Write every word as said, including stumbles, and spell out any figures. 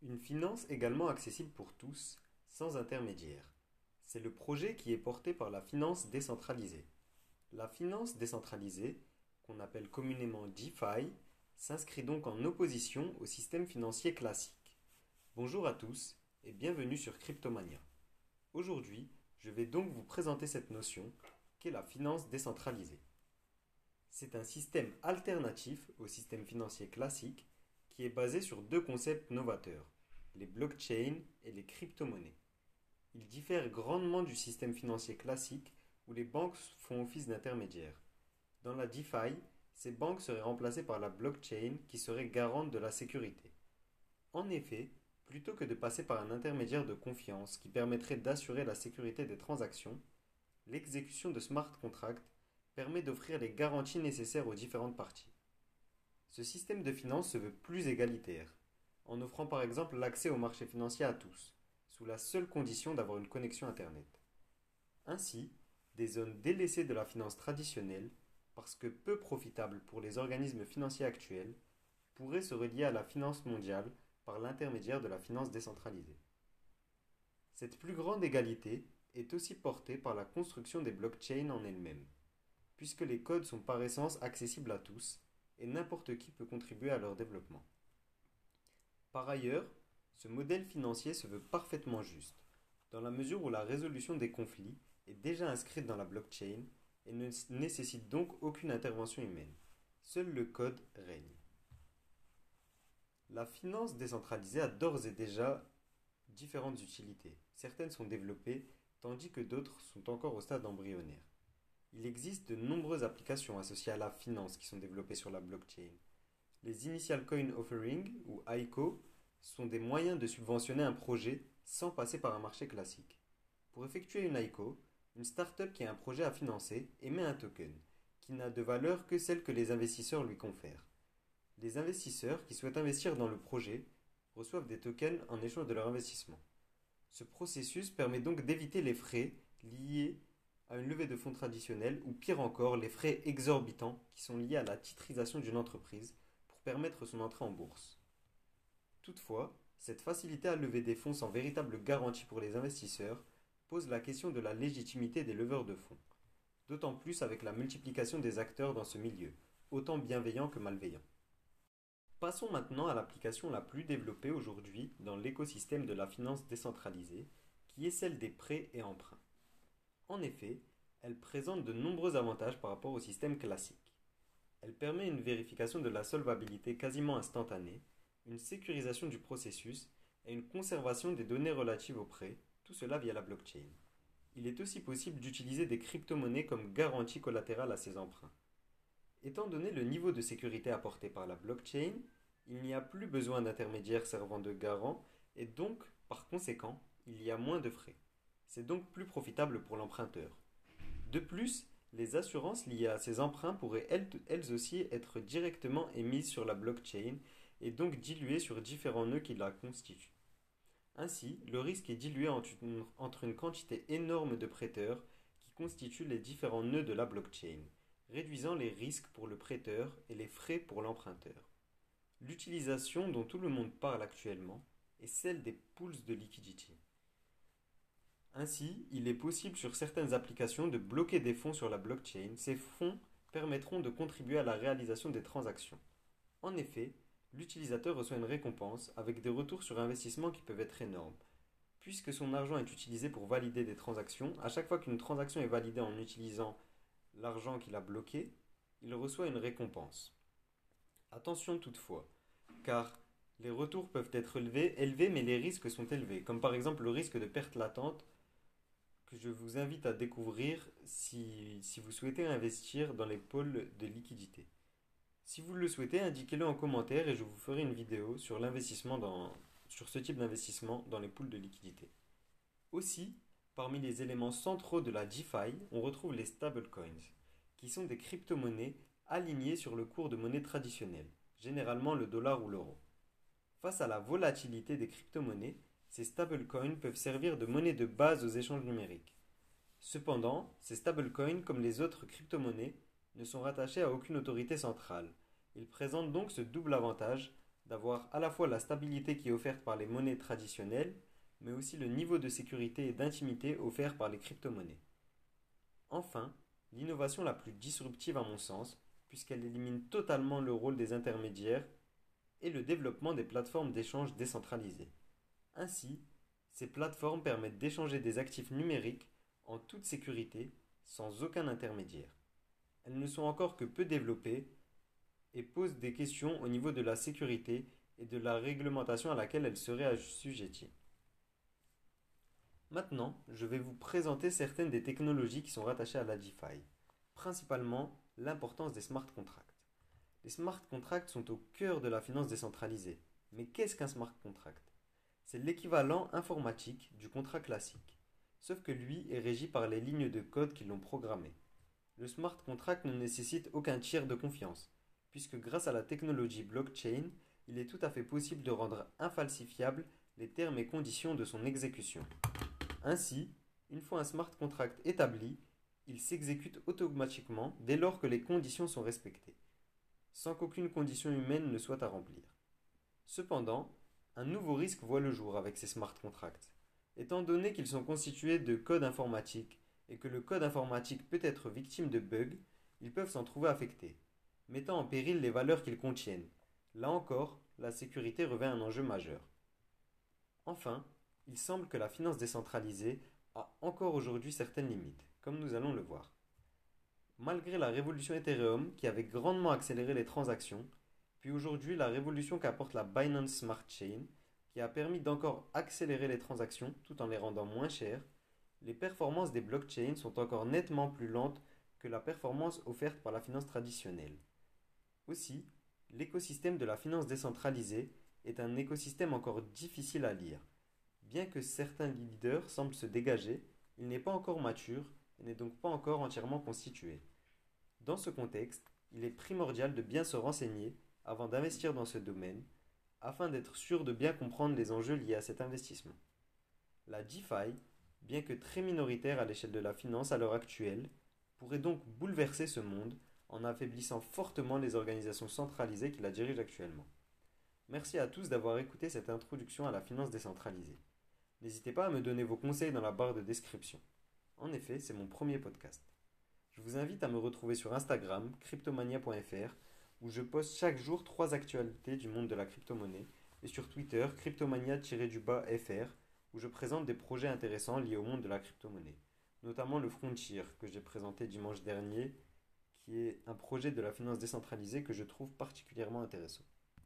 Une finance également accessible pour tous, sans intermédiaire. C'est le projet qui est porté par la finance décentralisée. La finance décentralisée, qu'on appelle communément DeFi, s'inscrit donc en opposition au système financier classique. Bonjour à tous et bienvenue sur Cryptomania. Aujourd'hui, je vais donc vous présenter cette notion qu'est la finance décentralisée. C'est un système alternatif au système financier classique qui est basé sur deux concepts novateurs, les blockchains et les crypto-monnaies. Il diffère grandement du système financier classique où les banques font office d'intermédiaires. Dans la DeFi, ces banques seraient remplacées par la blockchain qui serait garante de la sécurité. En effet, plutôt que de passer par un intermédiaire de confiance qui permettrait d'assurer la sécurité des transactions, l'exécution de smart contracts permet d'offrir les garanties nécessaires aux différentes parties. Ce système de finance se veut plus égalitaire, en offrant par exemple l'accès au marché financier à tous, sous la seule condition d'avoir une connexion Internet. Ainsi, des zones délaissées de la finance traditionnelle, parce que peu profitables pour les organismes financiers actuels, pourraient se relier à la finance mondiale par l'intermédiaire de la finance décentralisée. Cette plus grande égalité est aussi portée par la construction des blockchains en elles-mêmes, puisque les codes sont par essence accessibles à tous et n'importe qui peut contribuer à leur développement. Par ailleurs, ce modèle financier se veut parfaitement juste, dans la mesure où la résolution des conflits est déjà inscrite dans la blockchain et ne nécessite donc aucune intervention humaine. Seul le code règne. La finance décentralisée a d'ores et déjà différentes utilités. Certaines sont développées, tandis que d'autres sont encore au stade embryonnaire. Il existe de nombreuses applications associées à la finance qui sont développées sur la blockchain. Les Initial Coin Offering, ou I C O, sont des moyens de subventionner un projet sans passer par un marché classique. Pour effectuer une I C O, une startup qui a un projet à financer émet un token, qui n'a de valeur que celle que les investisseurs lui confèrent. Les investisseurs qui souhaitent investir dans le projet reçoivent des tokens en échange de leur investissement. Ce processus permet donc d'éviter les frais liés à une levée de fonds traditionnelle ou pire encore les frais exorbitants qui sont liés à la titrisation d'une entreprise pour permettre son entrée en bourse. Toutefois, cette facilité à lever des fonds sans véritable garantie pour les investisseurs pose la question de la légitimité des leveurs de fonds, d'autant plus avec la multiplication des acteurs dans ce milieu, autant bienveillants que malveillants. Passons maintenant à l'application la plus développée aujourd'hui dans l'écosystème de la finance décentralisée, qui est celle des prêts et emprunts. En effet, elle présente de nombreux avantages par rapport au système classique. Elle permet une vérification de la solvabilité quasiment instantanée, une sécurisation du processus et une conservation des données relatives aux prêts, tout cela via la blockchain. Il est aussi possible d'utiliser des crypto-monnaies comme garantie collatérale à ces emprunts. Étant donné le niveau de sécurité apporté par la blockchain, il n'y a plus besoin d'intermédiaires servant de garant et donc, par conséquent, il y a moins de frais. C'est donc plus profitable pour l'emprunteur. De plus, les assurances liées à ces emprunts pourraient elles, elles aussi être directement émises sur la blockchain et donc diluées sur différents nœuds qui la constituent. Ainsi, le risque est dilué entre une quantité énorme de prêteurs qui constituent les différents nœuds de la blockchain, réduisant les risques pour le prêteur et les frais pour l'emprunteur. L'utilisation dont tout le monde parle actuellement est celle des pools de liquidity. Ainsi, il est possible sur certaines applications de bloquer des fonds sur la blockchain. Ces fonds permettront de contribuer à la réalisation des transactions. En effet, l'utilisateur reçoit une récompense avec des retours sur investissement qui peuvent être énormes. Puisque son argent est utilisé pour valider des transactions, à chaque fois qu'une transaction est validée en utilisant l'argent qu'il a bloqué, il reçoit une récompense. Attention toutefois, car les retours peuvent être élevés, élevés mais les risques sont élevés, comme par exemple le risque de perte latente que je vous invite à découvrir si, si vous souhaitez investir dans les pôles de liquidité. Si vous le souhaitez, indiquez-le en commentaire et je vous ferai une vidéo sur l'investissement dans, sur ce type d'investissement dans les pools de liquidité. Aussi, parmi les éléments centraux de la DeFi, on retrouve les stablecoins, qui sont des crypto-monnaies alignées sur le cours de monnaie traditionnelle, généralement le dollar ou l'euro. Face à la volatilité des crypto-monnaies, ces stablecoins peuvent servir de monnaie de base aux échanges numériques. Cependant, ces stablecoins, comme les autres crypto-monnaies, ne sont rattachés à aucune autorité centrale. Ils présentent donc ce double avantage d'avoir à la fois la stabilité qui est offerte par les monnaies traditionnelles, mais aussi le niveau de sécurité et d'intimité offert par les crypto-monnaies. Enfin, l'innovation la plus disruptive à mon sens, puisqu'elle élimine totalement le rôle des intermédiaires, est le développement des plateformes d'échange décentralisées. Ainsi, ces plateformes permettent d'échanger des actifs numériques en toute sécurité, sans aucun intermédiaire. Elles ne sont encore que peu développées et posent des questions au niveau de la sécurité et de la réglementation à laquelle elles seraient assujetties. Maintenant, je vais vous présenter certaines des technologies qui sont rattachées à la DeFi, principalement l'importance des smart contracts. Les smart contracts sont au cœur de la finance décentralisée. Mais qu'est-ce qu'un smart contract? C'est l'équivalent informatique du contrat classique, sauf que lui est régi par les lignes de code qui l'ont programmé. Le smart contract ne nécessite aucun tiers de confiance, puisque grâce à la technologie blockchain, il est tout à fait possible de rendre infalsifiables les termes et conditions de son exécution. Ainsi, une fois un smart contract établi, il s'exécute automatiquement dès lors que les conditions sont respectées, sans qu'aucune condition humaine ne soit à remplir. Cependant, un nouveau risque voit le jour avec ces smart contracts. Étant donné qu'ils sont constitués de code informatique et que le code informatique peut être victime de bugs, ils peuvent s'en trouver affectés, mettant en péril les valeurs qu'ils contiennent. Là encore, la sécurité revêt un enjeu majeur. Enfin, il semble que la finance décentralisée a encore aujourd'hui certaines limites, comme nous allons le voir. Malgré la révolution Ethereum qui avait grandement accéléré les transactions, puis aujourd'hui la révolution qu'apporte la Binance Smart Chain qui a permis d'encore accélérer les transactions tout en les rendant moins chères, les performances des blockchains sont encore nettement plus lentes que la performance offerte par la finance traditionnelle. Aussi, l'écosystème de la finance décentralisée est un écosystème encore difficile à lire. Bien que certains leaders semblent se dégager, il n'est pas encore mature et n'est donc pas encore entièrement constitué. Dans ce contexte, il est primordial de bien se renseigner avant d'investir dans ce domaine, afin d'être sûr de bien comprendre les enjeux liés à cet investissement. La DeFi, bien que très minoritaire à l'échelle de la finance à l'heure actuelle, pourrait donc bouleverser ce monde en affaiblissant fortement les organisations centralisées qui la dirigent actuellement. Merci à tous d'avoir écouté cette introduction à la finance décentralisée. N'hésitez pas à me donner vos conseils dans la barre de description. En effet, c'est mon premier podcast. Je vous invite à me retrouver sur Instagram, cryptomania point f r, où je poste chaque jour trois actualités du monde de la crypto-monnaie, et sur Twitter, cryptomania-f r, où je présente des projets intéressants liés au monde de la crypto-monnaie, notamment le Frontier que j'ai présenté dimanche dernier, qui est un projet de la finance décentralisée que je trouve particulièrement intéressant.